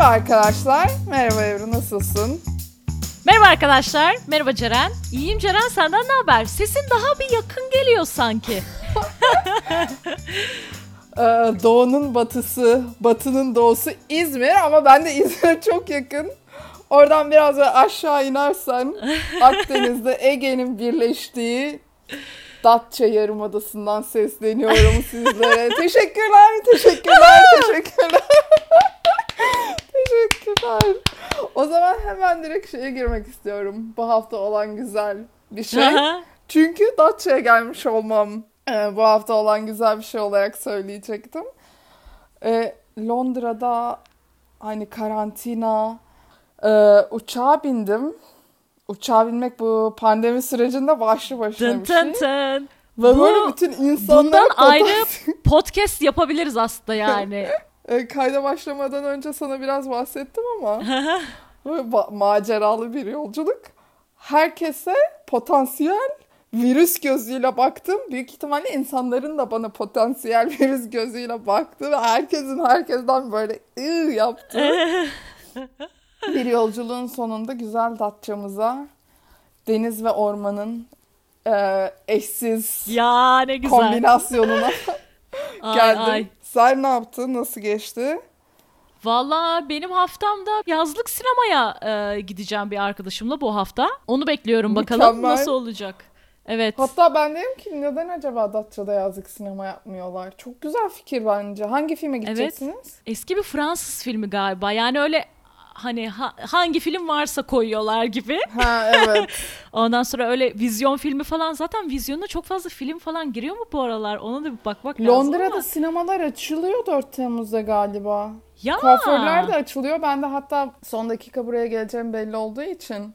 arkadaşlar. Merhaba Ebru, nasılsın? Merhaba arkadaşlar. Merhaba Ceren. İyiyim Ceren, senden ne haber? Sesin daha bir yakın geliyor sanki. Doğunun batısı, batının doğusu İzmir ama ben de İzmir'e çok yakın. Oradan biraz daha aşağı inersen Akdeniz'de Ege'nin birleştiği Datça Yarımadası'ndan sesleniyorum sizlere. Teşekkürler. Teşekkürler. O zaman hemen direkt şeye girmek istiyorum. Bu hafta olan güzel bir şey. Çünkü Datça'ya gelmiş olmam bu hafta olan güzel bir şey olarak söyleyecektim. Londra'da hani karantina, uçağa bindim. Uçağa binmek bu pandemi sürecinde başlı başına bir şey. Ve böyle bütün insanlar... Bundan ayrı podcast yapabiliriz aslında yani. Kayda başlamadan önce sana biraz bahsettim ama maceralı bir yolculuk. Herkese potansiyel virüs gözüyle baktım. Büyük ihtimalle insanların da bana potansiyel virüs gözüyle baktı ve herkesten böyle yaptı. Bir yolculuğun sonunda güzel Datça'mıza, deniz ve ormanın eşsiz ya, ne güzel kombinasyonuna geldim. Ay. Sen ne yaptın? Nasıl geçti? Valla benim haftamda yazlık sinemaya gideceğim bir arkadaşımla bu hafta. Onu bekliyorum, bakalım Mükemmel. nasıl olacak. Evet. Hatta ben dedim ki neden acaba Datça'da yazlık sinema yapmıyorlar? Çok güzel fikir bence. Hangi filme gideceksiniz? Evet. Eski bir Fransız filmi galiba. Yani öyle hani hangi film varsa koyuyorlar gibi. Ha, evet. Ondan sonra öyle vizyon filmi falan. Zaten vizyonda çok fazla film falan giriyor mu bu aralar? Ona da bir bakmak lazım Londra'da ama. sinemalar açılıyor 4 Temmuz'da galiba. Ya. Kuaförler de açılıyor. Ben de hatta son dakika buraya geleceğim belli olduğu için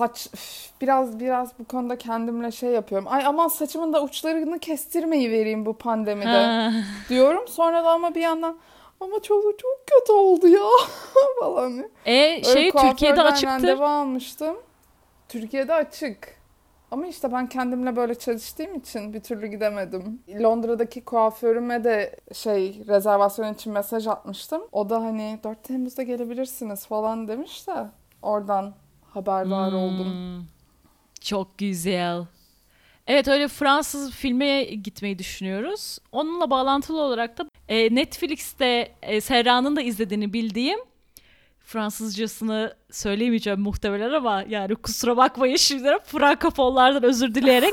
biraz bu konuda kendimle şey yapıyorum. Ay aman saçımın da uçlarını kestirmeyi vereyim bu pandemide diyorum. Sonra da ama bir yandan ama çok kötü oldu ya falan. Türkiye'de açıktır. Randevu almıştım. Türkiye'de açık. Ama işte ben kendimle böyle çalıştığım için bir türlü gidemedim. Londra'daki kuaförüme de rezervasyon için mesaj atmıştım. O da hani 4 Temmuz'da gelebilirsiniz falan demiş de oradan haberdar oldum. Çok güzel. Evet, öyle Fransız filme gitmeyi düşünüyoruz. Onunla bağlantılı olarak da Netflix'te Serra'nın da izlediğini bildiğim, Fransızcasını söyleyemeyeceğim muhtemelen ama yani kusura bakmayın şimdi Frankofonlardan özür dileyerek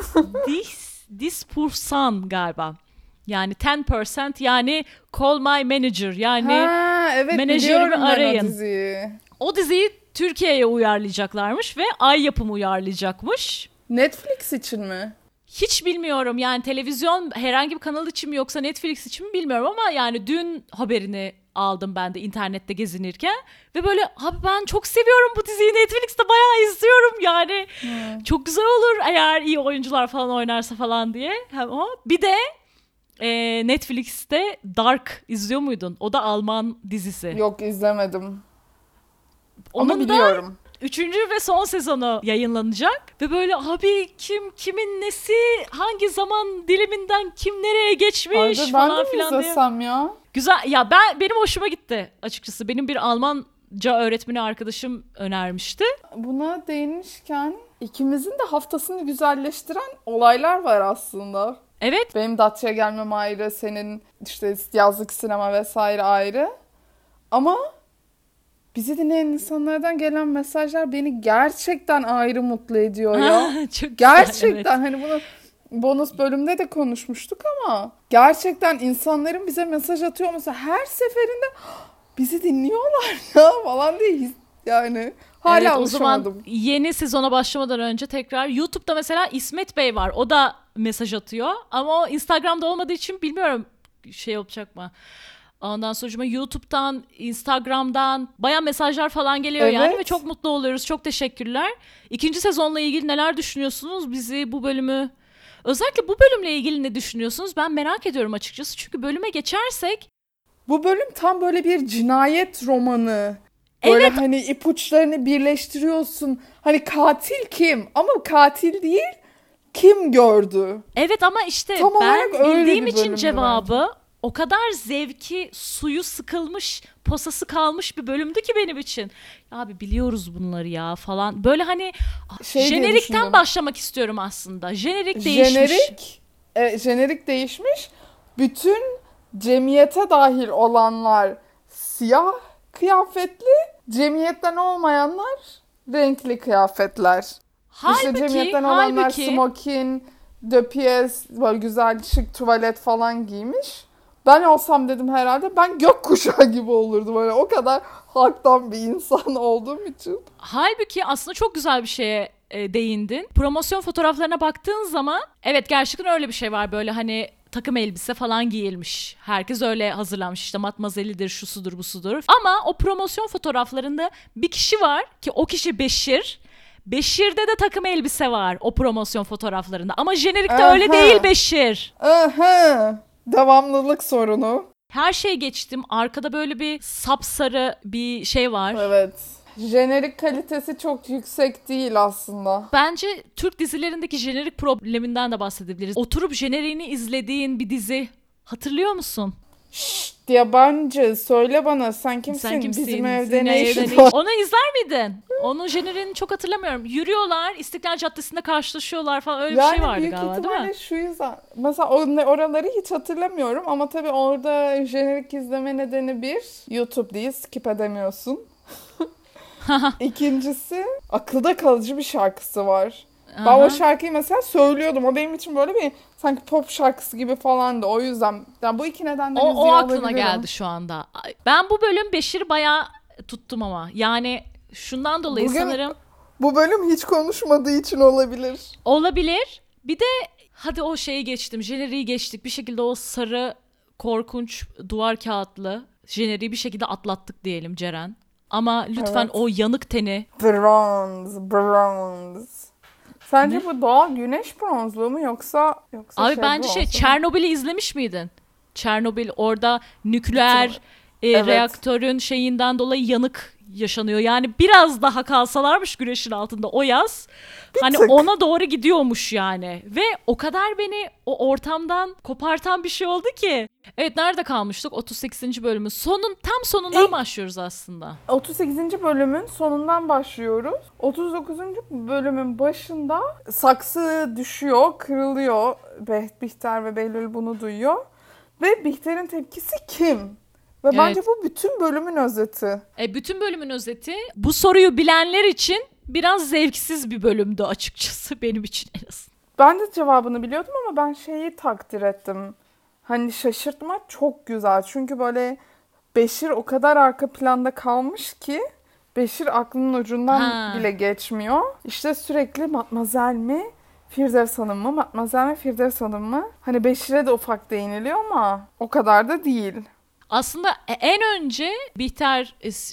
10% galiba. Yani 10% yani Call My Manager yani evet, menajerimi arayın. O diziyi. O diziyi Türkiye'ye uyarlayacaklarmış ve Ay Yapım uyarlayacakmış. Netflix için mi? Hiç bilmiyorum yani televizyon herhangi bir kanal için mi yoksa Netflix için mi bilmiyorum ama yani dün haberini aldım ben de internette gezinirken ve böyle abi ben çok seviyorum bu diziyi, Netflix'te bayağı izliyorum yani çok güzel olur eğer iyi oyuncular falan oynarsa falan diye. Ama bir de Netflix'te Dark izliyor muydun? O da Alman dizisi. Yok, izlemedim. Onun ama biliyorum. 3. ve son sezonu yayınlanacak ve böyle abi kimin nesi hangi zaman diliminden kim nereye geçmiş falan filan diye. Ben de mi izlesem ya? Güzel ya, benim hoşuma gitti açıkçası. Benim bir Almanca öğretmeni arkadaşım önermişti. Buna değinmişken ikimizin de haftasını güzelleştiren olaylar var aslında. Evet. Benim Datça'ya gelmem ayrı, senin işte yazlık sinema vesaire ayrı. Ama bizi dinleyen insanlardan gelen mesajlar beni gerçekten ayrı mutlu ediyor ya. Çok gerçekten güzel, evet. Hani bunu bonus bölümde de konuşmuştuk ama gerçekten insanların bize mesaj atıyor mesela her seferinde bizi dinliyorlar ya falan diye yani hala evet, alışamadım. O zaman yeni sezona başlamadan önce tekrar YouTube'da mesela İsmet Bey var. O da mesaj atıyor ama o Instagram'da olmadığı için bilmiyorum olacak mı? Ondan sonra YouTube'dan, Instagram'dan bayağı mesajlar falan geliyor yani ve çok mutlu oluyoruz. Çok teşekkürler. 2. sezonla ilgili neler düşünüyorsunuz? Bizi özellikle bu bölümle ilgili ne düşünüyorsunuz? Ben merak ediyorum açıkçası. Çünkü bölüme geçersek. Bu bölüm tam böyle bir cinayet romanı. Böyle evet. Hani ipuçlarını birleştiriyorsun. Hani katil kim? Ama katil değil. Kim gördü? Evet ama işte tam ben bildiğim için cevabı. o kadar zevki, suyu sıkılmış, posası kalmış bir bölümdü ki benim için. Abi biliyoruz bunları ya falan. Böyle hani jenerikten başlamak istiyorum aslında. Jenerik değişmiş. Jenerik değişmiş. Bütün cemiyete dahil olanlar siyah kıyafetli, cemiyetten olmayanlar renkli kıyafetler. İşte cemiyetten olanlar smokin, döpiyes, böyle güzel şık tuvalet falan giymiş. Ben olsam dedim herhalde ben gökkuşağı gibi olurdum. Böyle o kadar halktan bir insan olduğum için. Halbuki aslında çok güzel bir şeye değindin. Promosyon fotoğraflarına baktığın zaman evet gerçekten öyle bir şey var. Böyle hani takım elbise falan giyilmiş. Herkes öyle hazırlanmış. İşte matmazelidir, şusudur, busudur. Ama o promosyon fotoğraflarında bir kişi var ki o kişi Beşir. Beşir'de de takım elbise var o promosyon fotoğraflarında. Ama jenerikte öyle değil Beşir. Devamlılık sorunu. Her şey geçtim. Arkada böyle bir sapsarı bir şey var. Evet. Jenerik kalitesi çok yüksek değil aslında. Bence Türk dizilerindeki jenerik probleminden de bahsedebiliriz. Oturup jeneriğini izlediğin bir dizi hatırlıyor musun? Şşt yabancı söyle bana sen kimsin? Bizim evde ne işin var? Onu izler miydin? Onun jeneriğini çok hatırlamıyorum. Yürüyorlar, İstiklal Caddesi'nde karşılaşıyorlar falan öyle bir şey vardı galiba değil mi? Şu yüzden. Mesela oraları hiç hatırlamıyorum ama tabii orada jenerik izleme nedeni bir, YouTube değil, skip edemiyorsun. İkincisi akılda kalıcı bir şarkısı var. Ben o şarkıyı mesela söylüyordum. O benim için böyle bir sanki pop şarkısı gibi falandı. O yüzden yani bu iki nedenden izliyor olabilirim. O aklına geldi şu anda. Ben bu bölüm Beşir'i bayağı tuttum ama. Yani şundan dolayı sanırım. Bu bölüm hiç konuşmadığı için olabilir. Olabilir. Bir de hadi o şeyi geçtim. Jeneriği geçtik. Bir şekilde o sarı korkunç duvar kağıtlı jeneriği bir şekilde atlattık diyelim Ceren. Ama lütfen o yanık teni. Bronze. Sence bu doğal güneş bronzluğu mu yoksa abi bence Çernobil'i izlemiş miydin? Çernobil orada nükleer reaktörün şeyinden dolayı yanık yaşanıyor. Yani biraz daha kalsalarmış güneşin altında o yaz. Hani ona doğru gidiyormuş yani. Ve o kadar beni o ortamdan kopartan bir şey oldu ki. Evet nerede kalmıştık? 38. bölümün tam sonundan başlıyoruz aslında. 38. bölümün sonundan başlıyoruz. 39. bölümün başında saksı düşüyor, kırılıyor. Bihter ve Behlül bunu duyuyor. Ve Bihter'in tepkisi kim? Ve bence bu bütün bölümün özeti. Bütün bölümün özeti. Bu soruyu bilenler için biraz zevksiz bir bölümdü açıkçası benim için en azından. Ben de cevabını biliyordum ama ben şeyi takdir ettim. Hani şaşırtma çok güzel. Çünkü böyle Beşir o kadar arka planda kalmış ki Beşir aklının ucundan bile geçmiyor. İşte sürekli Matmazel mi? Firdevs Hanım mı? Matmazel mi? Firdevs Hanım mı? Hani Beşir'e de ufak değiniliyor ama o kadar da değil. Aslında en önce Bihter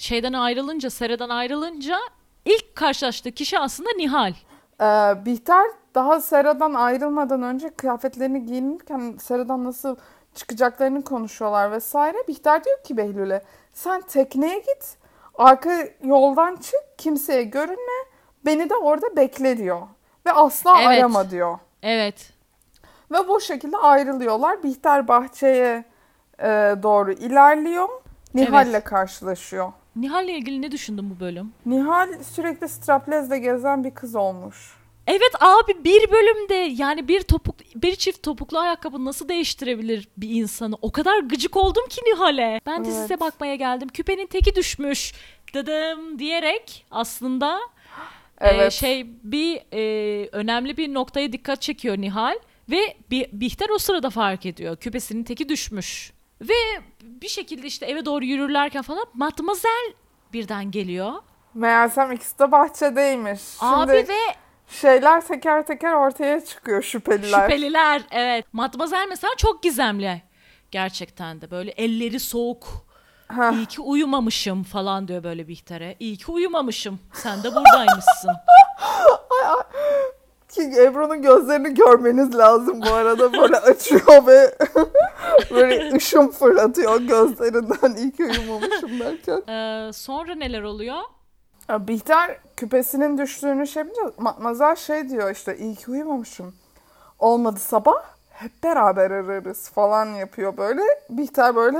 Sera'dan ayrılınca ilk karşılaştığı kişi aslında Nihal. Bihter daha Sera'dan ayrılmadan önce kıyafetlerini giyinirken Sera'dan nasıl çıkacaklarını konuşuyorlar vesaire. Bihter diyor ki Behlül'e sen tekneye git, arka yoldan çık, kimseye görünme, beni de orada bekle diyor. Ve asla arama diyor. Evet. Ve bu şekilde ayrılıyorlar. Bihter bahçeye doğru ilerliyor. Nihal'le karşılaşıyor. Nihal'le ilgili ne düşündün bu bölüm? Nihal sürekli straplezle gezen bir kız olmuş. Evet abi bir bölümde yani bir çift topuklu ayakkabı nasıl değiştirebilir bir insanı? O kadar gıcık oldum ki Nihal'e. Ben de size bakmaya geldim. Küpenin teki düşmüş. Dıdım diyerek aslında önemli bir noktaya dikkat çekiyor Nihal. Ve Bihter o sırada fark ediyor. Küpesinin teki düşmüş. Ve bir şekilde işte eve doğru yürürlerken falan Matmazel birden geliyor. Meğersem ikisi de bahçedeymiş. Abi şimdi ve şeyler teker teker ortaya çıkıyor şüpheliler. Şüpheliler evet. Matmazel mesela çok gizemli. Gerçekten de böyle elleri soğuk. İyi ki uyumamışım falan diyor böyle Bihter'e. İyi ki uyumamışım. Sen de buradaymışsın. Ki Ebru'nun gözlerini görmeniz lazım bu arada. Böyle açıyor ve böyle ışın fırlatıyor gözlerinden. İyi ki uyumamışım derken. Sonra neler oluyor? Bihter küpesinin düştüğünü şey yapınca Matmazel diyor işte iyi ki uyumamışım. Olmadı sabah hep beraber ararız falan yapıyor böyle. Bihter böyle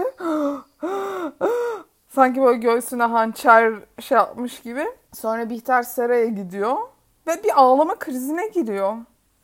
sanki böyle göğsüne hançer şey yapmış gibi. Sonra Bihter Sera'ya gidiyor ve bir ağlama krizine giriyor.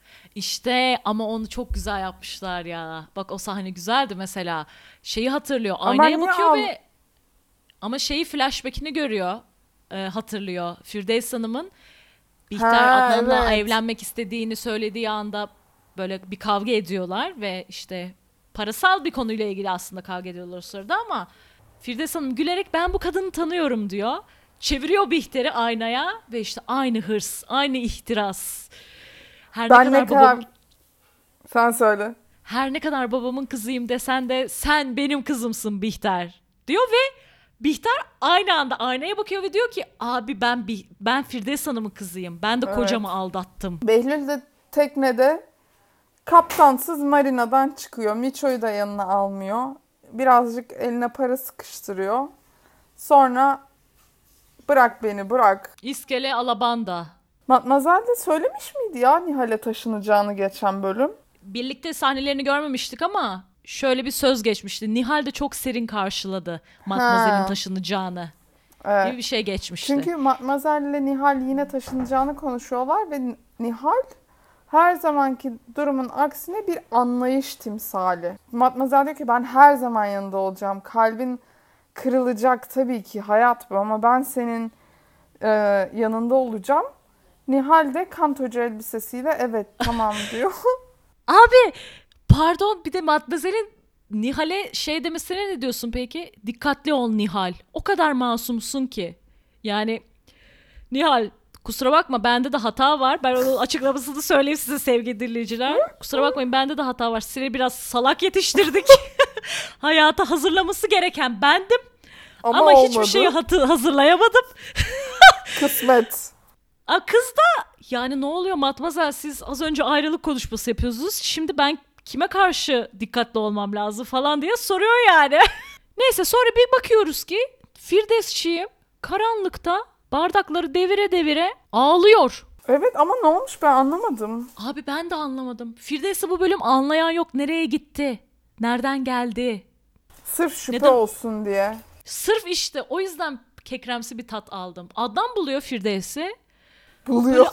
İşte ama onu çok güzel yapmışlar ya. Bak o sahne güzeldi mesela. Şeyi hatırlıyor. Ama Aynaya niye bakıyor ve ama şeyi flashback'ini görüyor. Hatırlıyor. Firdevs Hanım'ın Bihter Ha, Adnan'la evet. evlenmek istediğini söylediği anda böyle bir kavga ediyorlar ve işte parasal bir konuyla ilgili aslında kavga ediyorlar o sırada ama Firdevs Hanım gülerek ben bu kadını tanıyorum diyor. Çeviriyor Bihter'i aynaya ve işte aynı hırs, aynı ihtiras. Her ne Ben ne kadar kadar... babam Sen söyle. her ne kadar babamın kızıyım desen de sen benim kızımsın Bihter diyor ve Bihter aynı anda aynaya bakıyor ve diyor ki abi ben Firdevs Hanım'ın kızıyım. Ben de Evet. kocamı aldattım. Behlül de teknede kaptansız marinadan çıkıyor. Miço'yu da yanına almıyor. Birazcık eline para sıkıştırıyor. Sonra bırak beni bırak. İskele Alabanda. Matmazel de söylemiş miydi ya Nihal'e taşınacağını geçen bölüm? Birlikte sahnelerini görmemiştik ama şöyle bir söz geçmişti. Nihal de çok serin karşıladı Matmazel'in Ha, taşınacağını evet. gibi bir şey geçmişti. Çünkü Matmazel ile Nihal yine taşınacağını konuşuyorlar ve Nihal her zamanki durumun aksine bir anlayış timsali. Matmazel diyor ki ben her zaman yanında olacağım. Kalbin kırılacak tabii ki hayat bu ama ben senin yanında olacağım. Nihal de kantocu elbisesiyle evet tamam diyor. Abi pardon bir de Matmazel'in Nihal'e şey demesine ne diyorsun peki? Dikkatli ol Nihal. O kadar masumsun ki. Yani Nihal kusura bakma bende de hata var. Ben onun açıklamasını söyleyeyim size sevgili dinleyiciler. Kusura bakmayın bende de hata var. Seni biraz salak yetiştirdik. Hayata hazırlaması gereken bendim. Ama Ama hiçbir olmadı. şeyi hazırlayamadım. Kısmet. Kız da yani ne oluyor Matmazel siz az önce ayrılık konuşması yapıyorsunuz. Şimdi ben kime karşı dikkatli olmam lazım falan diye soruyor yani. Neyse sonra bir bakıyoruz ki Firdevsçiğim karanlıkta bardakları devire devire ağlıyor. Evet ama ne olmuş ben anlamadım. Abi ben de anlamadım. Firdevs'i bu bölüm anlayan yok. Nereye gitti? Nereden geldi? Sırf şüphe Neden? olsun diye. Sırf işte o yüzden kekremsi bir tat aldım. Adnan buluyor Firdevs'i. Buluyor.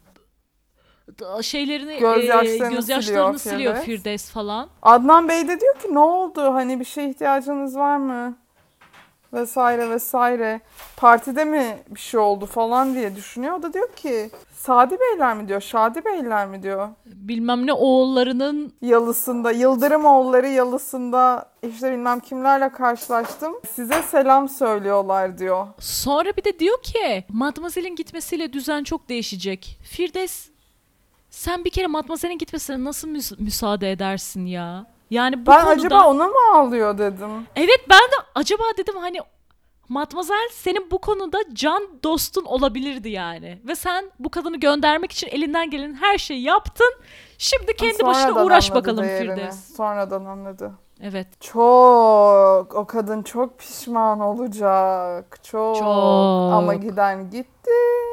Şeylerini Gözyaşlarını siliyor Firdevs. Firdevs falan. Adnan Bey de diyor ki ne oldu? Hani bir şeye ihtiyacınız var mı? Vesaire vesaire. Partide mi bir şey oldu falan diye düşünüyor. O da diyor ki Sadi Beyler mi diyor, Şadi Beyler mi diyor. Bilmem ne oğullarının Yalısında, Yıldırımoğulları Yalısında işte bilmem kimlerle karşılaştım. Size selam söylüyorlar diyor. sonra bir de diyor ki Matmazel'in gitmesiyle düzen çok değişecek. Firdevs sen bir kere Matmazel'in gitmesine nasıl müsaade edersin ya? Yani bu Ben konuda acaba ona mı ağlıyor dedim. evet ben de acaba dedim hani Matmazel senin bu konuda can dostun olabilirdi yani. Ve sen bu kadını göndermek için elinden gelen her şeyi yaptın. Şimdi kendi başına Sonradan uğraş anladı bakalım değerini. Firdevs. Sonradan anladı. Evet. Çok. O kadın çok pişman olacak. Çok. Çok. Ama giden gitti.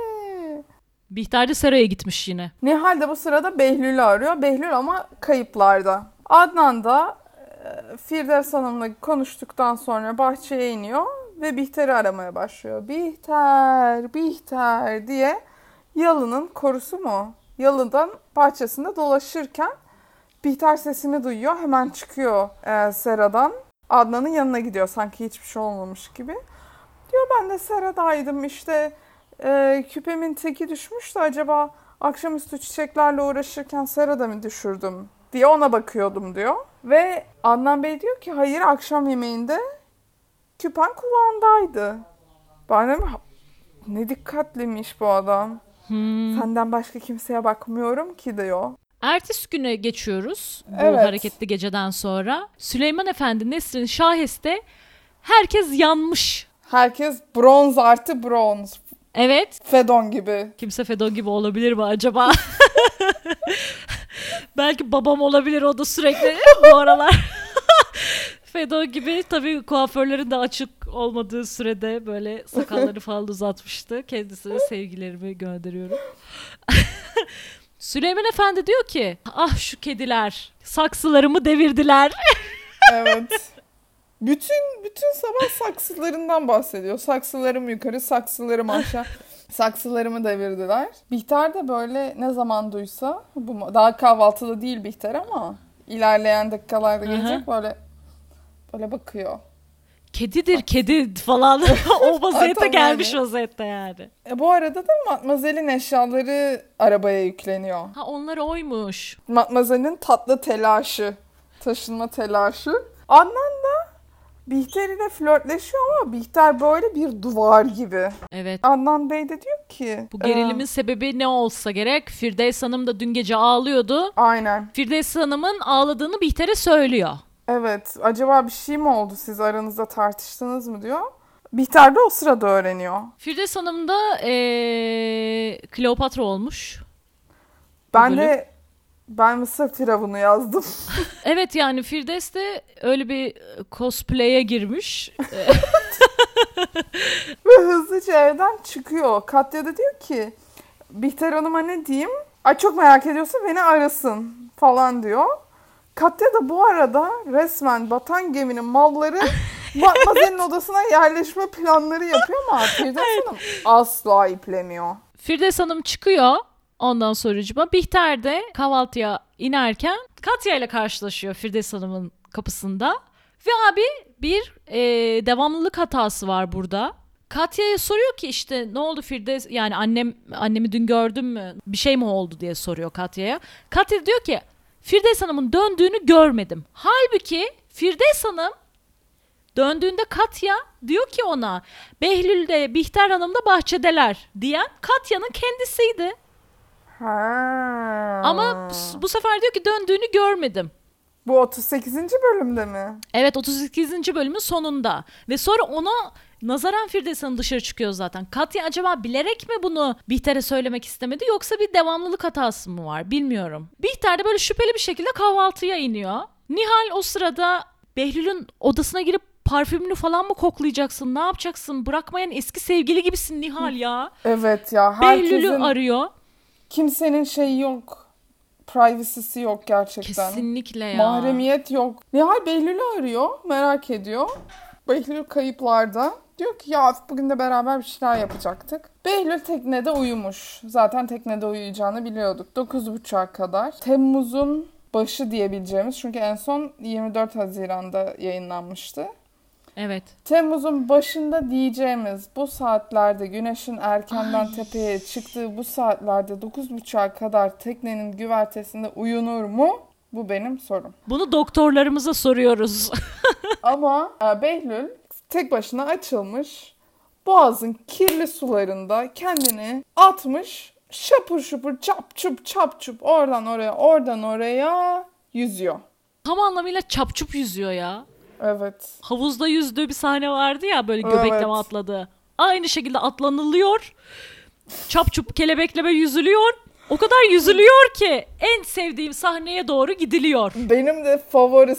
Bihter de Sera'ya gitmiş yine. Nihal de bu sırada Behlül'ü arıyor. Behlül ama kayıplarda. Adnan da Firdevs Hanım'la konuştuktan sonra bahçeye iniyor ve Bihter'i aramaya başlıyor. Bihter, Bihter diye Yalı'nın korusu mu? Yalı'dan bahçesinde dolaşırken Bihter sesini duyuyor. Hemen çıkıyor Sera'dan. Adnan'ın yanına gidiyor sanki hiçbir şey olmamış gibi. Diyor ben de Sera'daydım işte küpemin teki düşmüş de acaba akşamüstü çiçeklerle uğraşırken Sera'da mı düşürdüm diye ona bakıyordum diyor. Ve Adnan Bey diyor ki hayır akşam yemeğinde küpen kulağındaydı. Ben de ne dikkatliymiş bu adam. Senden başka kimseye bakmıyorum ki diyor. Ertesi güne geçiyoruz bu Evet. hareketli geceden sonra. Süleyman Efendi, Nesrin, Şahes'te herkes yanmış. Herkes bronz artı bronz. Evet. Fedon gibi. Kimse Fedon gibi olabilir mi acaba? Belki babam olabilir o da sürekli bu aralar. Fedon gibi tabii kuaförlerin de açık olmadığı sürede böyle sakalları falan uzatmıştı. Kendisine sevgilerimi gönderiyorum. Süleyman Efendi diyor ki ah şu kediler saksılarımı devirdiler. Evet. Bütün sabah saksılarından bahsediyor. Saksılarım yukarı, saksılarım aşağı. Saksılarımı devirdiler. Bihter de böyle ne zaman duysa, daha kahvaltıda değil Bihter ama ilerleyen dakikalarda gelecek, böyle bakıyor. Kedidir kedi falan. O vaziyette gelmiş vaziyette yani. Bu arada da Matmazel'in eşyaları arabaya yükleniyor. Ha onlar oymuş. Matmazel'in tatlı telaşı, taşınma telaşı. Adnan da Bihter ile flörtleşiyor ama Bihter böyle bir duvar gibi. Evet. Adnan Bey de diyor ki... Bu gerilimin sebebi ne olsa gerek. Firdevs Hanım da dün gece ağlıyordu. Aynen. Firdevs Hanım'ın ağladığını Bihter'e söylüyor. Evet. Acaba bir şey mi oldu? Siz aranızda tartıştınız mı diyor. Bihter de o sırada öğreniyor. Firdevs Hanım da Kleopatra olmuş. Ben Mısır firavunu yazdım. Evet yani Firdevs de öyle bir cosplay'e girmiş. Ve hızlıca evden çıkıyor. Katya da diyor ki Bihter Hanım'a ne diyeyim? Ay çok merak ediyorsa beni arasın falan diyor. Katya da bu arada resmen batan geminin malları Matmazel'in odasına yerleşme planları yapıyor ama Firdevs Hanım asla iplemiyor. Firdevs Hanım çıkıyor. Ondan sonracıma Bihter de kahvaltıya inerken Katya ile karşılaşıyor Firdevs Hanım'ın kapısında. Ve abi bir devamlılık hatası var burada. Katya'ya soruyor ki işte ne oldu Firdevs, yani annemi dün gördün mü, bir şey mi oldu diye soruyor Katya'ya. Katya diyor ki Firdevs Hanım'ın döndüğünü görmedim. Halbuki Firdevs Hanım döndüğünde Katya diyor ki ona Behlül de Bihter Hanım da bahçedeler diyen Katya'nın kendisiydi. Ha. Ama bu sefer diyor ki döndüğünü görmedim. Bu 38. bölümde mi? Evet 38. bölümün sonunda. Ve sonra ona nazaran Firdevs Hanım dışarı çıkıyor zaten. Katya acaba bilerek mi bunu Bihter'e söylemek istemedi yoksa bir devamlılık hatası mı var bilmiyorum. Bihter de böyle şüpheli bir şekilde kahvaltıya iniyor. Nihal o sırada Behlül'ün odasına girip parfümünü falan mı koklayacaksın? Ne yapacaksın? Bırakmayan eski sevgili gibisin Nihal ya. Evet ya. Behlül'ü arıyor. Kimsenin şeyi yok. Privacy'si yok gerçekten. Kesinlikle ya. Mahremiyet yok. Nihal Behlül'ü arıyor. Merak ediyor. Behlül kayıplarda. Diyor ki ya bugün de beraber bir şeyler yapacaktık. Behlül teknede uyumuş. Zaten teknede uyuyacağını biliyorduk. 9.30'a kadar. Temmuz'un başı diyebileceğimiz. Çünkü en son 24 Haziran'da yayınlanmıştı. Evet. Temmuz'un başında diyeceğimiz bu saatlerde güneşin erkenden tepeye çıktığı bu saatlerde 9.30'a kadar teknenin güvertesinde uyunur mu? Bu benim sorum. Bunu doktorlarımıza soruyoruz. Ama Behlül tek başına açılmış, boğazın kirli sularında kendini atmış, şapur şupur çap çup oradan oraya yüzüyor. Tam anlamıyla çapçup yüzüyor ya. Evet. Havuzda yüzdüğü bir sahne vardı ya böyle göbekleme atladığı. Aynı şekilde atlanılıyor. Çapçup kelebekleme yüzülüyor. O kadar yüzülüyor ki en sevdiğim sahneye doğru gidiliyor. Benim de favori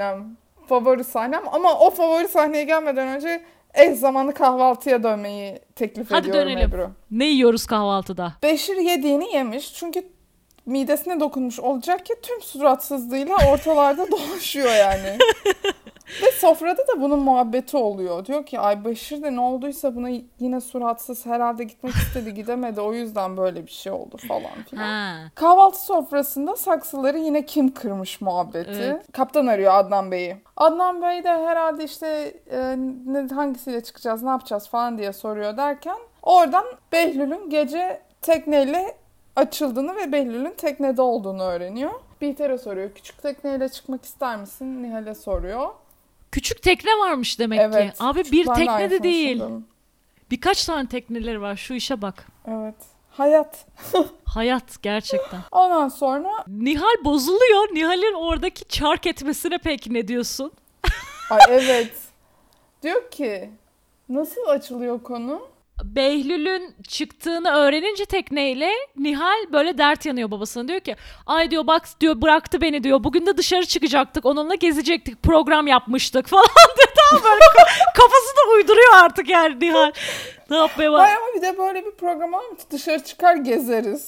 sahnem ama o favori sahneye gelmeden önce eş zamanlı kahvaltıya dönmeyi teklif Hadi ediyorum dönelim. Ebru. Ne yiyoruz kahvaltıda? Beşir yediğini yemiş çünkü midesine dokunmuş olacak ki tüm suratsızlığıyla ortalarda dolaşıyor yani. Ve sofrada da bunun muhabbeti oluyor. Diyor ki ay Beşir de ne olduysa buna yine suratsız herhalde gitmek istedi gidemedi o yüzden böyle bir şey oldu falan filan. Ha. Kahvaltı sofrasında saksıları yine kim kırmış muhabbeti. Evet. Kaptan arıyor Adnan Bey'i. Adnan Bey de herhalde işte hangisiyle çıkacağız ne yapacağız falan diye soruyor derken oradan Behlül'ün gece tekneyle açıldığını ve Behlül'ün teknede olduğunu öğreniyor. Bihter'e soruyor. Küçük tekneyle çıkmak ister misin? Nihal'e soruyor. Küçük tekne varmış demek Evet, ki. Abi bir ben de tekne de aynısını değil. düşündüm. Birkaç tane tekneleri var. Şu işe bak. Evet. Hayat. Hayat gerçekten. Ondan sonra Nihal bozuluyor. Nihal'in oradaki çark etmesine peki ne diyorsun? ay evet. Diyor ki nasıl açılıyor konu? Behlül'ün çıktığını öğrenince tekneyle Nihal böyle dert yanıyor babasına. Diyor ki ay diyor bak diyor bıraktı beni diyor. Bugün de dışarı çıkacaktık. Onunla gezecektik. Program yapmıştık falan diyor. Tamam böyle kafasını uyduruyor artık yani Nihal. Ne yapmaya bak. Hayır ama bir de böyle bir program var mı? Dışarı çıkar gezeriz.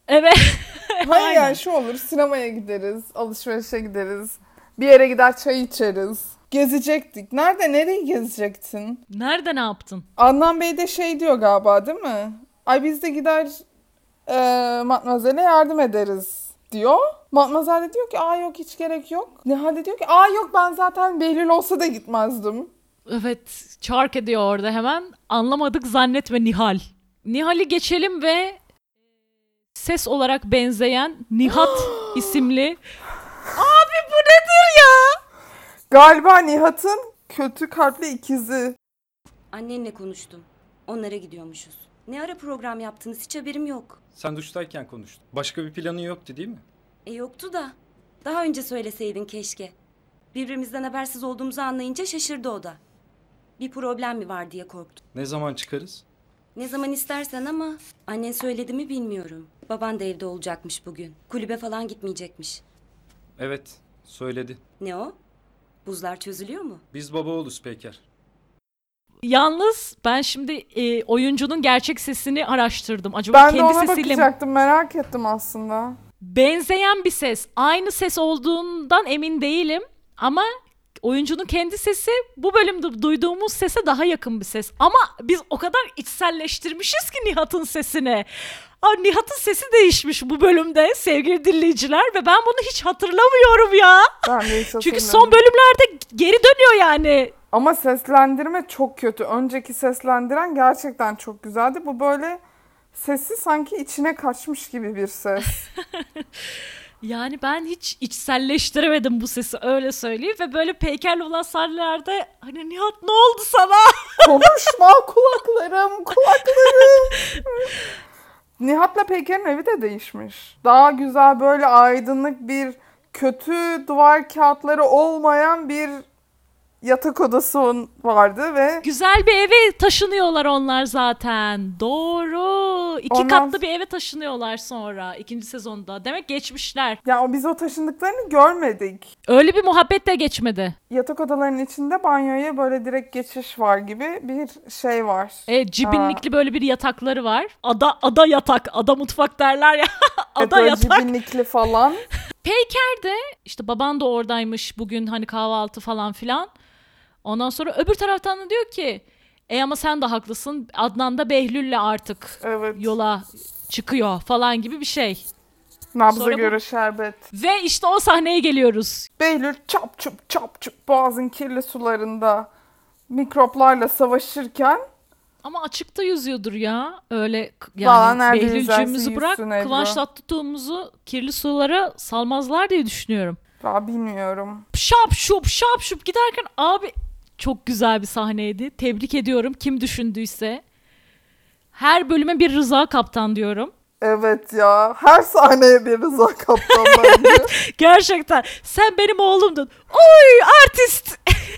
Evet. Hayır Aynen. yani şu olur, sinemaya gideriz, alışverişe gideriz, bir yere gider çay içeriz. Gezecektik. Nereyi gezecektin? Nerede ne yaptın? Adnan Bey de şey diyor galiba, değil mi? Ay biz de gider Matmazel'e yardım ederiz diyor. Matmazel de diyor ki aa yok hiç gerek yok. Nihal de diyor ki aa yok ben zaten Behlül olsa da gitmezdim. Evet, çark ediyor orada hemen. Anlamadık zannetme Nihal. Nihal'i geçelim ve ses olarak benzeyen Nihat isimli. Abi bu nedir ya? Galiba Nihat'ın kötü kalpli ikizi. Annenle konuştum. Onlara gidiyormuşuz. Ne ara program yaptınız hiç haberim yok. Sen duştayken konuştun. Başka bir planın yoktu değil mi? Yoktu da. Daha önce söyleseydin keşke. Birbirimizden habersiz olduğumuzu anlayınca şaşırdı o da. Bir problem mi var diye korktu. Ne zaman çıkarız? Ne zaman istersen ama annen söyledi mi bilmiyorum. Baban da evde olacakmış bugün. Kulübe falan gitmeyecekmiş. Evet, söyledi. Ne o? Buzlar çözülüyor mu? Biz baba oğluz Peker. Yalnız ben şimdi oyuncunun gerçek sesini araştırdım. Acaba Ben de kendi ona sesiyle mi? bakacaktım, merak ettim aslında. Benzeyen bir ses. Aynı ses olduğundan emin değilim. Ama oyuncunun kendi sesi bu bölümde duyduğumuz sese daha yakın bir ses. Ama biz o kadar içselleştirmişiz ki Nihat'ın sesini. Nihat'ın sesi değişmiş bu bölümde sevgili dinleyiciler ve ben bunu hiç hatırlamıyorum ya. Ben de hiç Çünkü hatırlamıyorum. son bölümlerde geri dönüyor yani. Ama seslendirme çok kötü. Önceki seslendiren gerçekten çok güzeldi. Bu böyle sesi sanki içine kaçmış gibi bir ses. Yani ben hiç içselleştiremedim bu sesi öyle söyleyeyim ve böyle Peyker'le olan sahnelerde hani Nihat ne oldu sana? Konuşma kulaklarım. Nihat'la Peyker'in evi de değişmiş. Daha güzel böyle aydınlık bir kötü duvar kağıtları olmayan bir yatak odası vardı ve Güzel bir eve taşınıyorlar onlar zaten. Doğru. İki Ondan- katlı bir eve taşınıyorlar sonra ikinci sezonda. Demek geçmişler. ya biz o taşındıklarını görmedik. Öyle bir muhabbet de geçmedi. Yatak odalarının içinde banyoya böyle direkt geçiş var gibi bir şey var. Cibinlikli böyle bir yatakları var. Ada yatak, ada mutfak derler ya. Ada böyle yatak. cibinlikli falan. Peyker de işte baban da oradaymış bugün hani kahvaltı falan filan. Ondan sonra öbür taraftan da diyor ki ama sen de haklısın. Adnan da Behlül'le artık Evet. yola çıkıyor falan gibi bir şey. Nabza Sonra bu- göre şerbet. Ve işte o sahneye geliyoruz. Behlül çap çup boğazın kirli sularında mikroplarla savaşırken Ama açıkta yüzüyordur ya. Öyle Vallahi yani nerede Behlülcüğümüzü yüzerse bırak yüzsün Ebru. Kıvanç Tatlıtuğ'umuzu kirli sulara salmazlar diye düşünüyorum. daha bilmiyorum. Şap şup giderken abi çok güzel bir sahneydi. Tebrik ediyorum kim düşündüyse. Her bölüme bir Rıza Kaptan diyorum. Evet ya. Her sahneye bir Rıza Kaptan bence. Gerçekten sen benim oğlumdun. Oy artist.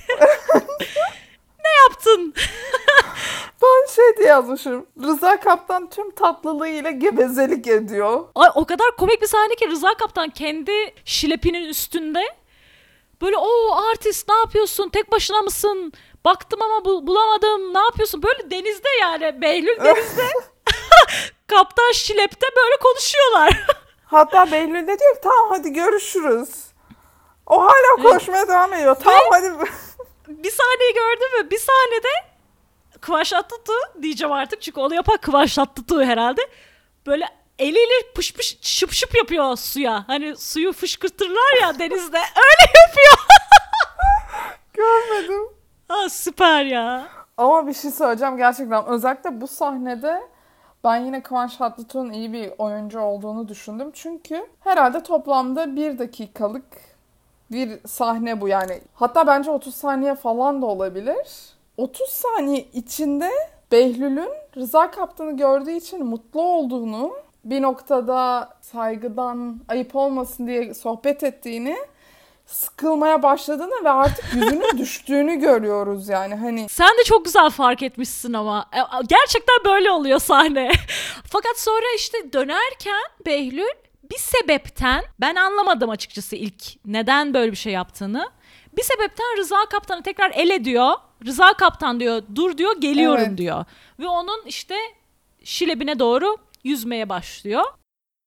Ne yaptın? Ben şey diye yazmışım. Rıza Kaptan tüm tatlılığıyla gevezelik ediyor. Ay, o kadar komik bir sahne ki Rıza Kaptan kendi şilepinin üstünde böyle o artist ne yapıyorsun tek başına mısın baktım ama bulamadım ne yapıyorsun böyle denizde yani Behlül denizde Kaptan şilepte böyle konuşuyorlar. Hatta Behlül de diyor ki tamam hadi görüşürüz. O hala konuşmaya devam ediyor. Tamam hadi. Bir sahneyi gördün mü? Bir sahnede Kıvanç Tatlıtuğ diyeceğim artık çünkü onu yapan Kıvanç Tatlıtuğ herhalde. Böyle eliyle pış pış şıp şıp yapıyor suya. Hani suyu fışkırtırlar ya denizde. Öyle yapıyor. Görmedim. Ha, süper ya. Ama bir şey söyleyeceğim gerçekten. Özellikle bu sahnede ben yine Kıvanç Tatlıtuğ'un iyi bir oyuncu olduğunu düşündüm. Çünkü herhalde toplamda 1 dakikalık bir sahne bu yani. Hatta bence 30 saniye falan da olabilir. 30 saniye içinde Behlül'ün Rıza Kaptan'ı gördüğü için mutlu olduğunu, bir noktada saygıdan ayıp olmasın diye sohbet ettiğini, sıkılmaya başladığını ve artık yüzünün düştüğünü görüyoruz yani hani. Sen de çok güzel fark etmişsin ama. Gerçekten böyle oluyor sahne. Fakat sonra işte dönerken Behlül bir sebepten ben anlamadım açıkçası ilk neden böyle bir şey yaptığını. Bir sebepten Rıza Kaptan'ı tekrar el ediyor. Rıza Kaptan diyor dur diyor geliyorum Evet. diyor. Ve onun işte şilebine doğru yüzmeye başlıyor.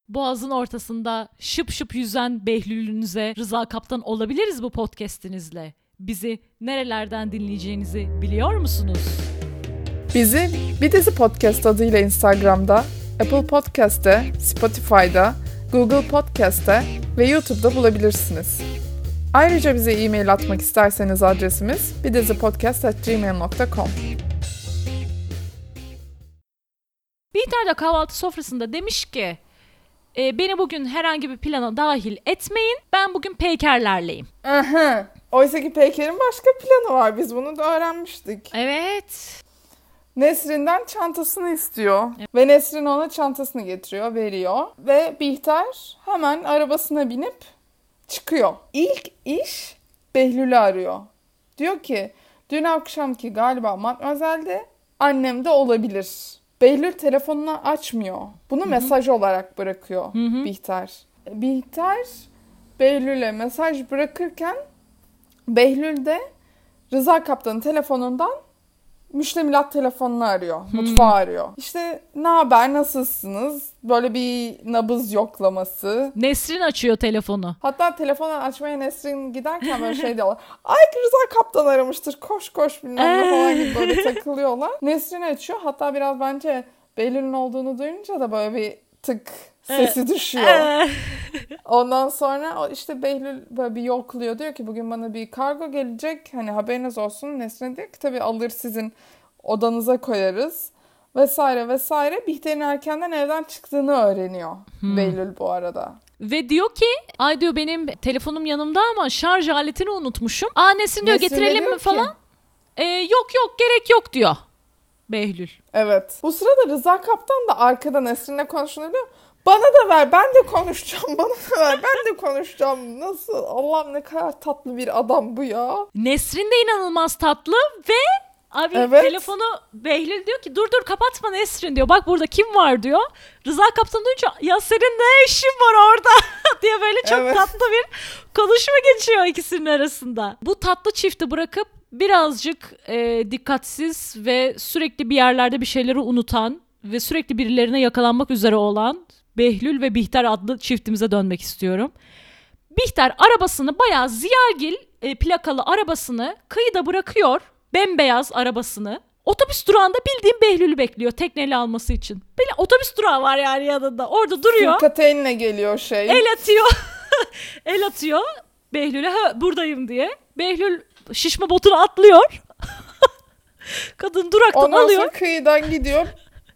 Boğazın ortasında şıp şıp yüzen Behlül'ünüze Rıza Kaptan olabiliriz bu podcast'inizle. Bizi nerelerden dinleyeceğinizi biliyor musunuz? Bizi Bir Dizi Podcast adıyla Instagram'da, Apple Podcast'te, Spotify'da, Google Podcast'te ve YouTube'da bulabilirsiniz. Ayrıca bize e-mail atmak isterseniz adresimiz bidizipodcast@gmail.com. Bihter de kahvaltı sofrasında demiş ki beni bugün herhangi bir plana dahil etmeyin. Ben bugün peykerlerleyim. Aha. Oysa ki Peyker'in başka planı var. Biz bunu da öğrenmiştik. Evet. Nesrin'den çantasını istiyor. Ve Nesrin ona çantasını getiriyor, veriyor. Ve Bihter hemen arabasına binip çıkıyor. İlk iş Behlül'ü arıyor. Diyor ki dün akşamki galiba Matmazel'de, annem de olabilir. Behlül telefonunu açmıyor. Bunu mesaj olarak bırakıyor Bihter. Bihter Behlül'e mesaj bırakırken Behlül de Rıza Kaptan'ın telefonundan müştemilat telefonunu arıyor. Mutfağı arıyor. İşte ne haber, nasılsınız? Böyle bir nabız yoklaması. Nesrin açıyor telefonu. Hatta telefonu açmaya Nesrin giderken böyle şey diyorlar. Ay Rıza Kaptan aramıştır. Koş koş bilmem ne falan gibi böyle takılıyorlar. Nesrin açıyor. Hatta biraz bence Behlül'ün olduğunu duyunca da böyle bir tık sesi düşüyor. Ondan sonra işte Behlül böyle bir yokluyor. Diyor ki bugün bana bir kargo gelecek. Hani haberiniz olsun. Nesrin diyor ki tabii alır sizin odanıza koyarız. Vesaire vesaire. Bihter'in erkenden evden çıktığını öğreniyor Behlül bu arada. Ve diyor ki ay diyor benim telefonum yanımda ama şarj aletini unutmuşum. Aa Nesrin diyor Nesrin getirelim diyor mi ki, falan. Yok gerek yok diyor Behlül. Evet. Bu sırada Rıza Kaptan da arkada Nesrin'le konuşuyor. Bana da ver, ben de konuşacağım. Bana da ver, ben de konuşacağım. Nasıl? Allah'ım ne kadar tatlı bir adam bu ya. Nesrin de inanılmaz tatlı ve abi telefonu Behlül diyor ki dur kapatma Nesrin diyor. Bak burada kim var diyor. Rıza Kaptan duyunca ya senin ne işin var orada diye böyle çok tatlı bir konuşma geçiyor ikisinin arasında. Bu tatlı çifti bırakıp birazcık dikkatsiz ve sürekli bir yerlerde bir şeyleri unutan ve sürekli birilerine yakalanmak üzere olan Behlül ve Bihter adlı çiftimize dönmek istiyorum. Bihter arabasını bayağı Ziyagil plakalı arabasını kıyıda bırakıyor. Bembeyaz arabasını. Otobüs durağında bildiğin Behlül'ü bekliyor tekneyle alması için. Böyle otobüs durağı var yani yanında. Orada duruyor. Fırkateynle geliyor şey. El atıyor. El atıyor Behlül'e buradayım diye. Behlül şişme botunu atlıyor. Kadın duraktan ondan alıyor. sonra kıyıdan gidiyor.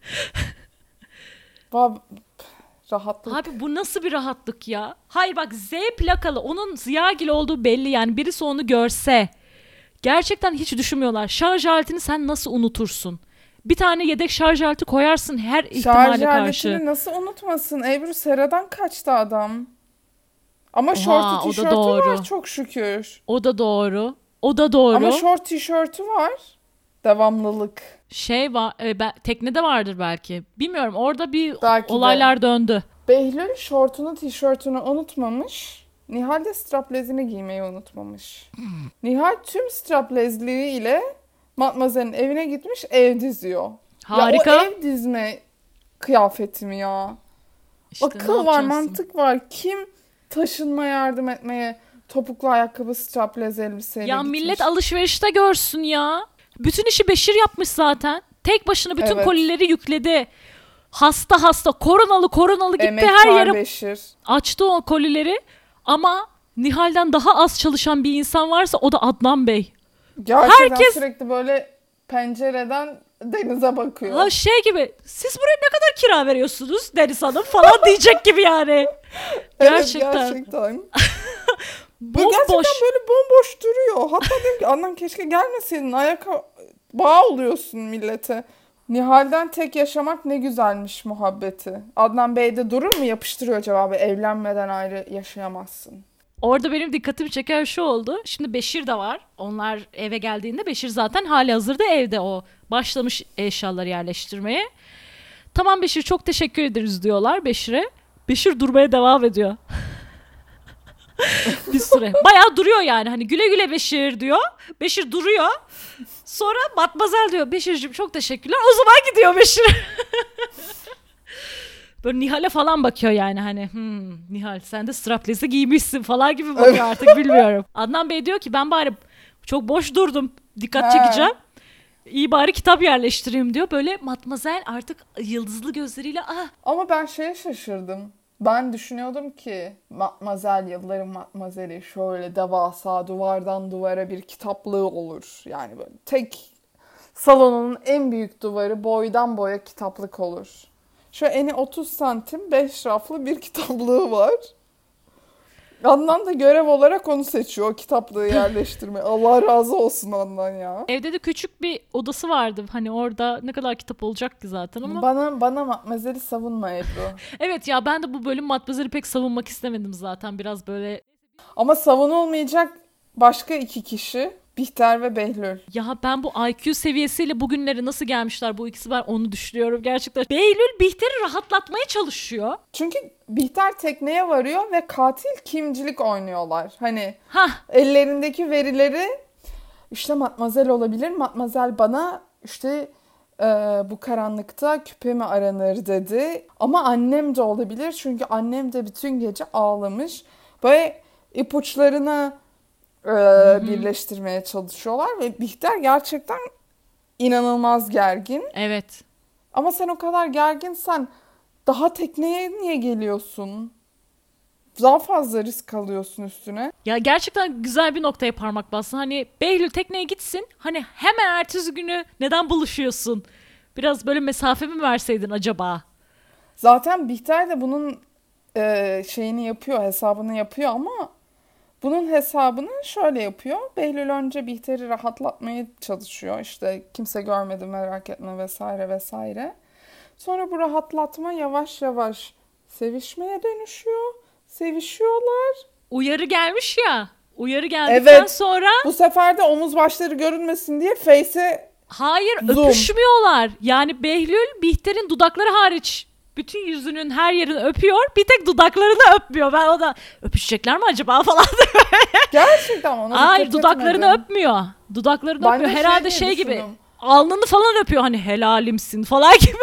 Rahatlık. Abi bu nasıl bir rahatlık ya? Hayır bak Z plakalı onun Ziyagil olduğu belli yani birisi onu görse. Gerçekten hiç düşünmüyorlar. Şarj aletini sen nasıl unutursun? Bir tane yedek şarj aleti koyarsın her ihtimale karşı. Şarj aletini nasıl unutmasın? Ebru Sera'dan kaçtı adam. Ama şortu tişörtü var çok şükür. O da doğru. Ama şort tişörtü var. Devamlılık. Şey var, teknede vardır belki. Bilmiyorum orada belki olaylar döndü. Behlül şortunu tişörtünü unutmamış. Nihal de straplezini giymeyi unutmamış. Nihal tüm straplezliğiyle Matmazel'in evine gitmiş ev diziyor. Harika. Ya o ev dizme kıyafeti mi ya? İşte akıl var, mantık var. Kim taşınma yardım etmeye topuklu ayakkabı straplez elbiseyle ya gitmiş? millet alışverişte görsün ya. Bütün işi Beşir yapmış zaten. Tek başına bütün kolileri yükledi. Hasta koronalı gitti Emektar her yere. Beşir. Açtı o kolileri ama Nihal'den daha az çalışan bir insan varsa o da Adnan Bey. Gerçekten sürekli böyle pencereden denize bakıyor. Ha şey gibi siz buraya ne kadar kira veriyorsunuz Deniz Hanım falan diyecek gibi yani. Gerçekten. Evet, gerçekten. Bomboş. Gerçekten böyle bomboş duruyor. Hatta diyorum ki Adnan keşke gelmeseydin. Bağ oluyorsun millete. Nihal'den tek yaşamak ne güzelmiş muhabbeti. Adnan Bey de durur mu? Yapıştırıyor cevabı. Evlenmeden ayrı yaşayamazsın. Orada benim dikkatimi çeken şu oldu. Şimdi Beşir de var. Onlar eve geldiğinde Beşir zaten hali hazırda evde o. Başlamış eşyaları yerleştirmeye. Tamam Beşir çok teşekkür ederiz diyorlar Beşir'e. Beşir durmaya devam ediyor. Bir süre. Bayağı duruyor yani. Hani güle güle Beşir diyor. Beşir duruyor. Sonra Matmazel diyor. Beşir'cim çok teşekkürler. O zaman gidiyor Beşir. Böyle Nihal'e falan bakıyor yani hani Nihal sen de strapless'i giymişsin falan gibi bakıyor artık bilmiyorum. Adnan Bey diyor ki ben bari çok boş durdum dikkat çekeceğim. İyi bari kitap yerleştireyim diyor. Böyle Matmazel artık yıldızlı gözleriyle Ama ben şeye şaşırdım. Ben düşünüyordum ki Matmazel, yılların Matmazeli şöyle devasa duvardan duvara bir kitaplığı olur. Yani böyle tek salonun en büyük duvarı boydan boya kitaplık olur. Şu eni 30 santim 5 raflı bir kitaplığı var. Adnan da görev olarak onu seçiyor, o kitaplığı yerleştirme. Allah razı olsun Adnan ya. evde de küçük bir odası vardı. Hani orada ne kadar kitap olacak ki zaten ama. Bana Matmazel'i savunma Ebru. Evet ya ben de bu bölüm Matmazel'i pek savunmak istemedim zaten. Biraz böyle Ama savunulmayacak başka iki kişi Bihter ve Behlül. ya ben bu IQ seviyesiyle bugünlere nasıl gelmişler bu ikisi ben onu düşünüyorum gerçekten. Behlül Bihter'i rahatlatmaya çalışıyor. Çünkü Bihter tekneye varıyor ve katil kimcilik oynuyorlar. Hani Hah ellerindeki verileri işte Matmazel olabilir. Matmazel bana işte bu karanlıkta küpe mi aranır dedi. Ama annem de olabilir. Çünkü annem de bütün gece ağlamış. Böyle ipuçlarını birleştirmeye çalışıyorlar. Ve Bihter gerçekten inanılmaz gergin. evet. Ama sen o kadar gerginsen daha tekneye niye geliyorsun? Daha fazla risk alıyorsun üstüne. Ya gerçekten güzel bir noktaya parmak bassın. Hani Behlül tekneye gitsin. Hani hemen ertesi günü neden buluşuyorsun? Biraz böyle mesafe mi verseydin acaba? Zaten Bihter de bunun şeyini yapıyor, hesabını yapıyor ama bunun hesabını şöyle yapıyor. Behlül önce Bihter'i rahatlatmaya çalışıyor. İşte kimse görmedi merak etme vesaire vesaire. Sonra bu rahatlatma yavaş yavaş sevişmeye dönüşüyor. Sevişiyorlar. Uyarı gelmiş ya. Uyarı geldikten Evet. sonra Bu sefer de omuz başları görünmesin diye face'e hayır Zoom. öpüşmüyorlar. Yani Behlül Bihter'in dudakları hariç bütün yüzünün her yerini öpüyor. Bir tek dudaklarını öpmüyor. Ben o da öpüşecekler mi acaba falan. gerçekten ona Hayır dikkat dudaklarını etmedim. öpmüyor. Dudaklarını Ben de öpüyor. şey Herhalde diye şey gibi. düşündüm. Alnını falan öpüyor. Hani helalimsin falan gibi.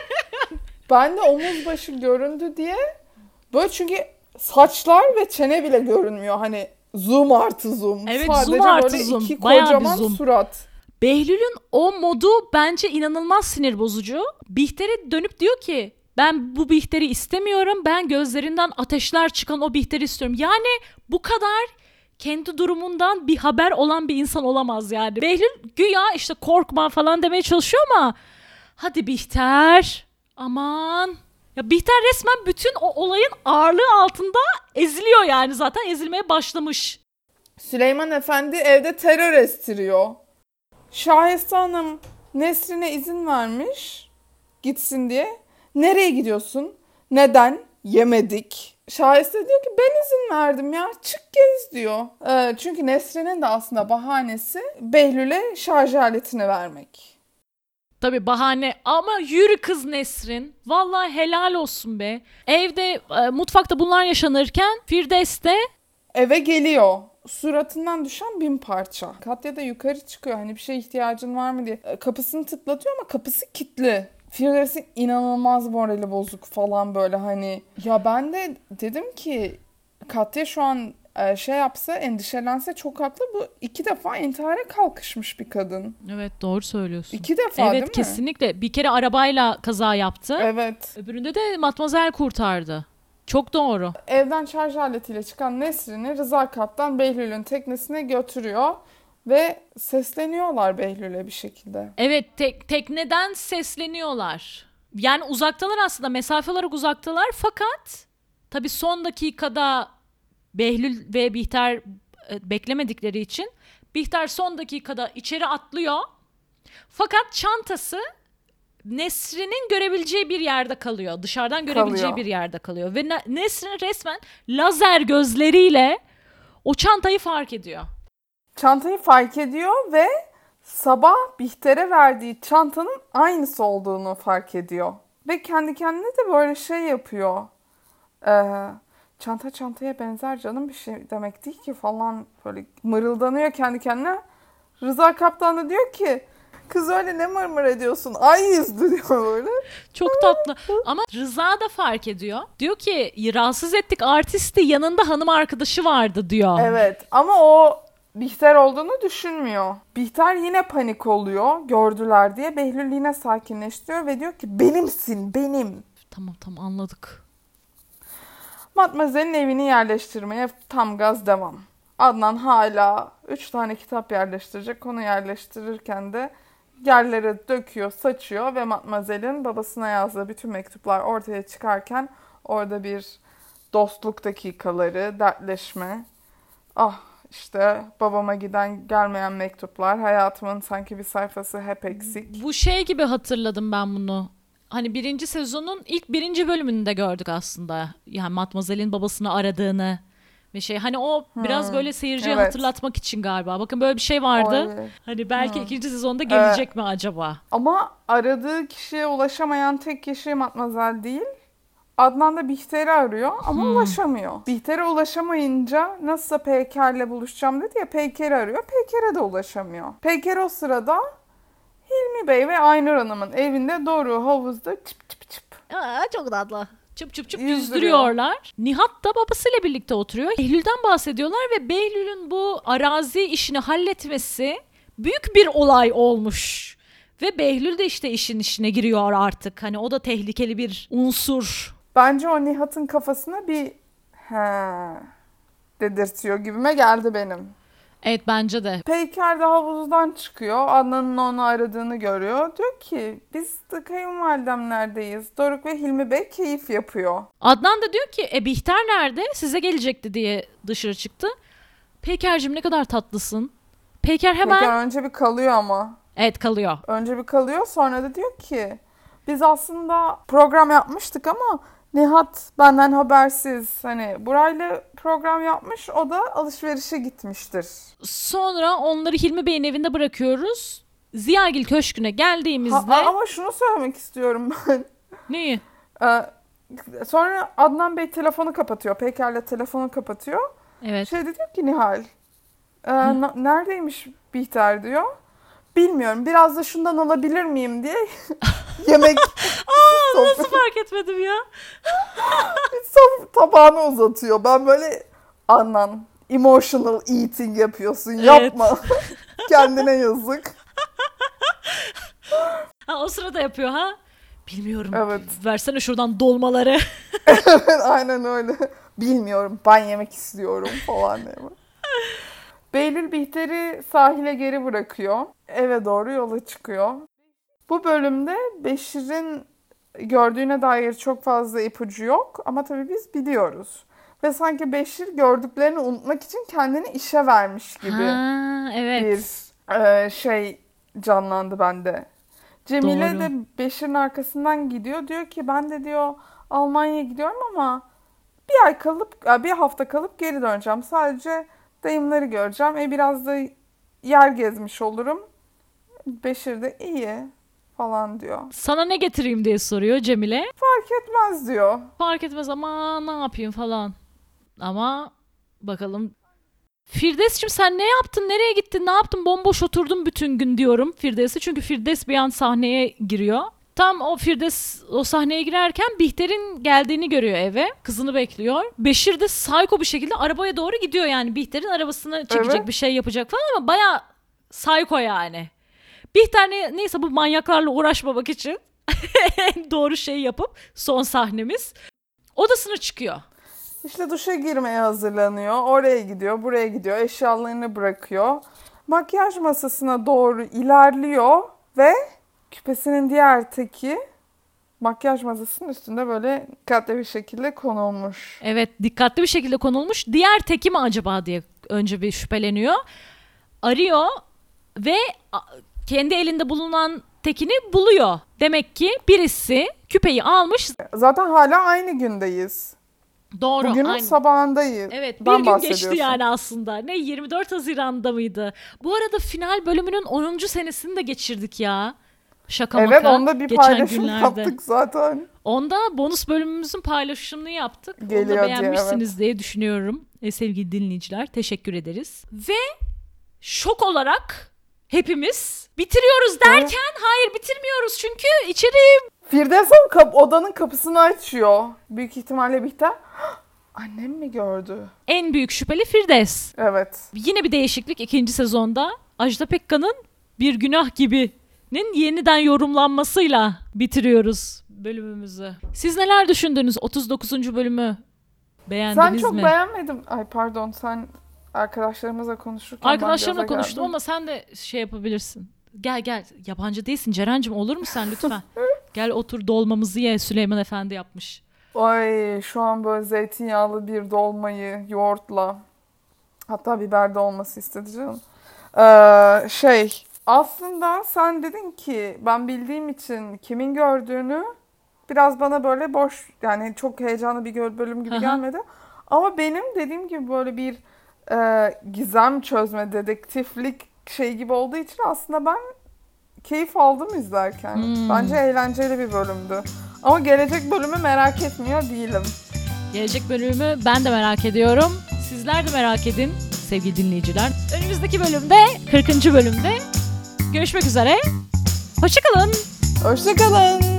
Ben de omuz başı göründü diye böyle çünkü saçlar ve çene bile görünmüyor. Hani zoom artı zoom. Evet, Sadece zoom artı böyle zoom. iki Bayağı bir kocaman zoom. surat. Behlül'ün o modu bence inanılmaz sinir bozucu. Bihter'e dönüp diyor ki ben bu Bihter'i istemiyorum. Ben gözlerinden ateşler çıkan o Bihter'i istiyorum. Yani bu kadar kendi durumundan bir haber olan bir insan olamaz yani. Behlül güya işte korkma falan demeye çalışıyor ama hadi Bihter aman. Ya Bihter resmen bütün o olayın ağırlığı altında eziliyor yani zaten ezilmeye başlamış. Süleyman Efendi evde terör estiriyor. Şahiste Hanım Nesrin'e izin vermiş gitsin diye. Nereye gidiyorsun? Neden? Yemedik. Şahiste diyor ki ben izin verdim ya çık gez diyor. Çünkü Nesrin'in de aslında bahanesi Behlül'e şarj aletini vermek. Tabii bahane ama yürü kız Nesrin. Vallahi helal olsun be. Evde mutfakta bunlar yaşanırken Firdevs de Eve geliyor. Suratından düşen 1000 parça. Katya da yukarı çıkıyor. Hani bir şeye ihtiyacın var mı diye. Kapısını tıklatıyor ama kapısı kilitli. Firdevs'in inanılmaz morali bozuk falan böyle hani. Ya ben de dedim ki Katya şu an şey yapsa endişelense çok haklı. Bu 2 defa intihara kalkışmış bir kadın. evet doğru söylüyorsun. 2 defa değil mi? Evet kesinlikle. Bir kere arabayla kaza yaptı. Evet. Öbüründe de Matmazel kurtardı. Çok doğru. Evden şarj aletiyle çıkan Nesrin'i Rıza Kaptan Behlül'ün teknesine götürüyor. Ve sesleniyorlar Behlül'e bir şekilde. Evet tekneden sesleniyorlar. Yani uzaktalar aslında mesafe olarak uzaktalar fakat tabii son dakikada Behlül ve Bihter beklemedikleri için Bihter son dakikada içeri atlıyor. Fakat çantası Nesrin'in görebileceği bir yerde kalıyor. Dışarıdan görebileceği Kalıyor. bir yerde kalıyor. Ve Nesrin resmen lazer gözleriyle o çantayı fark ediyor. Çantayı fark ediyor ve sabah Bihter'e verdiği çantanın aynısı olduğunu fark ediyor. Ve kendi kendine de böyle şey yapıyor. Çanta çantaya benzer canım bir şey demek değil ki falan böyle mırıldanıyor kendi kendine. Rıza Kaptan da diyor ki Kız öyle ne mırmır ediyorsun? Ay yüzlü diyor böyle. Çok tatlı. Ama Rıza da fark ediyor. Diyor ki rahatsız ettik artisti, yanında hanım arkadaşı vardı diyor. Evet ama o Bihter olduğunu düşünmüyor. Bihter yine panik oluyor gördüler diye. Behlül yine sakinleştiriyor ve diyor ki benimsin benim. Tamam anladık. Matmazel'in evini yerleştirmeye tam gaz devam. Adnan hala 3 tane kitap yerleştirecek. Onu yerleştirirken de yerlere döküyor, saçıyor ve Matmazel'in babasına yazdığı bütün mektuplar ortaya çıkarken orada bir dostluk dakikaları, dertleşme. Ah işte babama giden gelmeyen mektuplar, hayatımın sanki bir sayfası hep eksik. Bu şey gibi hatırladım ben bunu. Hani 1. sezonun ilk 1. bölümünde gördük aslında. Yani Matmazel'in babasını aradığını ve şey hani o biraz böyle seyirciye evet. hatırlatmak için galiba. Bakın böyle bir şey vardı. Olabilir. Hani belki 2. sezonda gelecek mi acaba? Ama aradığı kişiye ulaşamayan tek kişi Matmazel değil. Adnan da Bihter'i arıyor ama ulaşamıyor. Bihter'e ulaşamayınca nasılsa Peyker'le buluşacağım dedi ya, Peyker'i arıyor. Peyker'e de ulaşamıyor. Peyker o sırada Hilmi Bey ve Aynur Hanım'ın evinde doğru havuzda çıp çıp çıp. Çok tatlı. Çıp çıp Yüzdürüyor. yüzdürüyorlar. Nihat da babasıyla birlikte oturuyor. Behlül'den bahsediyorlar ve Behlül'ün bu arazi işini halletmesi büyük bir olay olmuş. Ve Behlül de işte işin içine giriyor artık. Hani o da tehlikeli bir unsur. Bence o Nihat'ın kafasına bir dedirtiyor gibime geldi benim. Evet bence de. Peyker de havuzdan çıkıyor. Adnan'ın onu aradığını görüyor. Diyor ki biz de kayınvalidemlerdeyiz. Doruk ve Hilmi Bey keyif yapıyor. Adnan da diyor ki Bihter nerede? Size gelecekti diye dışarı çıktı. Peyker'cim ne kadar tatlısın. Peyker hemen... Peyker önce bir kalıyor ama. Evet kalıyor. Önce bir kalıyor, sonra da diyor ki biz aslında program yapmıştık ama Nihat benden habersiz, hani Buray'la program yapmış, o da alışverişe gitmiştir. Sonra onları Hilmi Bey'in evinde bırakıyoruz. Ziyagil Köşkü'ne geldiğimizde... Ama şunu söylemek istiyorum ben. Neyi? Sonra Adnan Bey telefonu kapatıyor. Peyker'le telefonu kapatıyor. Evet. Şey de diyor ki Nihal, neredeymiş Bihter diyor. Bilmiyorum, biraz da şundan alabilir miyim diye yemek Nasıl fark etmedim ya? tabağını uzatıyor. Ben böyle Adnan emotional eating yapıyorsun, yapma. Kendine yazık. O sırada yapıyor ha? Bilmiyorum. Evet. Versene şuradan dolmaları. Evet, aynen öyle. Bilmiyorum, ben yemek istiyorum falan diye. Behlül Bihter'i sahile geri bırakıyor. Eve doğru yola çıkıyor. Bu bölümde Beşir'in gördüğüne dair çok fazla ipucu yok. Ama tabii biz biliyoruz. Ve sanki Beşir gördüklerini unutmak için kendini işe vermiş gibi Evet. bir şey canlandı bende. Cemile Doğru. de Beşir'in arkasından gidiyor. Diyor ki ben de diyor Almanya'ya gidiyorum ama bir hafta kalıp geri döneceğim. Sadece dayımları göreceğim. Biraz da yer gezmiş olurum. Beşir de iyi falan diyor. Sana ne getireyim diye soruyor Cemile. Fark etmez diyor. Fark etmez ama ne yapayım falan. Ama bakalım. Firdevs'cim sen ne yaptın? Nereye gittin? Ne yaptın? Bomboş oturdum bütün gün diyorum Firdevs'e. Çünkü Firdevs bir an sahneye giriyor. Tam o Firdevs o sahneye girerken Bihter'in geldiğini görüyor eve. Kızını bekliyor. Beşir de psycho bir şekilde arabaya doğru gidiyor yani. Bihter'in arabasını çekecek, Evet. bir şey yapacak falan ama bayağı psycho yani. Bihter neyse bu manyaklarla uğraşmamak için en doğru şeyi yapıp son sahnemiz odasına çıkıyor. İşte duşa girmeye hazırlanıyor. Oraya gidiyor, buraya gidiyor. Eşyalarını bırakıyor. Makyaj masasına doğru ilerliyor ve küpesinin diğer teki makyaj masasının üstünde böyle dikkatli bir şekilde konulmuş. Evet, dikkatli bir şekilde konulmuş. Diğer teki mi acaba diye önce bir şüpheleniyor. Arıyor ve kendi elinde bulunan tekini buluyor. Demek ki birisi küpeyi almış. Zaten hala aynı gündeyiz. Doğru. Bugünün aynı. sabahındayız. Evet, bir Ben gün bahsediyorsun. geçti yani aslında. Ne 24 Haziran'da mıydı? Bu arada final bölümünün 10. senesini de geçirdik ya. Şaka Evet, maka. onda bir Geçen paylaşım günlerde. yaptık zaten. Onda bonus bölümümüzün paylaşımını yaptık. Onu Geliyor da diye, beğenmişsiniz diye düşünüyorum. Sevgili dinleyiciler, teşekkür ederiz. Ve şok olarak hepimiz. Bitiriyoruz derken hayır bitirmiyoruz çünkü içeriği Firdevs odanın kapısını açıyor. Büyük ihtimalle Bihter. Annem mi gördü? en büyük şüpheli Firdevs. Evet. Yine bir değişiklik ikinci sezonda. Ajda Pekkan'ın Bir Günah Gibi'nin yeniden yorumlanmasıyla bitiriyoruz bölümümüzü. Siz neler düşündünüz 39. bölümü? Beğendiniz Sen çok mi? beğenmedin. Ay pardon, sen arkadaşlarımızla konuşurken Arkadaşlarımla ben gaza konuştum geldim. ama sen de şey yapabilirsin. Gel yabancı değilsin Ceren'cim, olur mu sen lütfen? Gel otur, dolmamızı ye, Süleyman Efendi yapmış. Ay şu an böyle zeytinyağlı bir dolmayı yoğurtla, hatta biber dolması istedi canım. Aslında sen dedin ki ben bildiğim için kimin gördüğünü biraz bana böyle boş, yani çok heyecanlı bir bölüm gibi Aha. gelmedi. Ama benim dediğim gibi böyle bir gizem çözme, dedektiflik şey gibi olduğu için aslında ben keyif aldım izlerken. Bence eğlenceli bir bölümdü. Ama gelecek bölümü merak etmiyor değilim. Gelecek bölümü ben de merak ediyorum. Sizler de merak edin sevgili dinleyiciler. Önümüzdeki bölümde, 40. bölümde görüşmek üzere. Hoşçakalın. Hoşçakalın.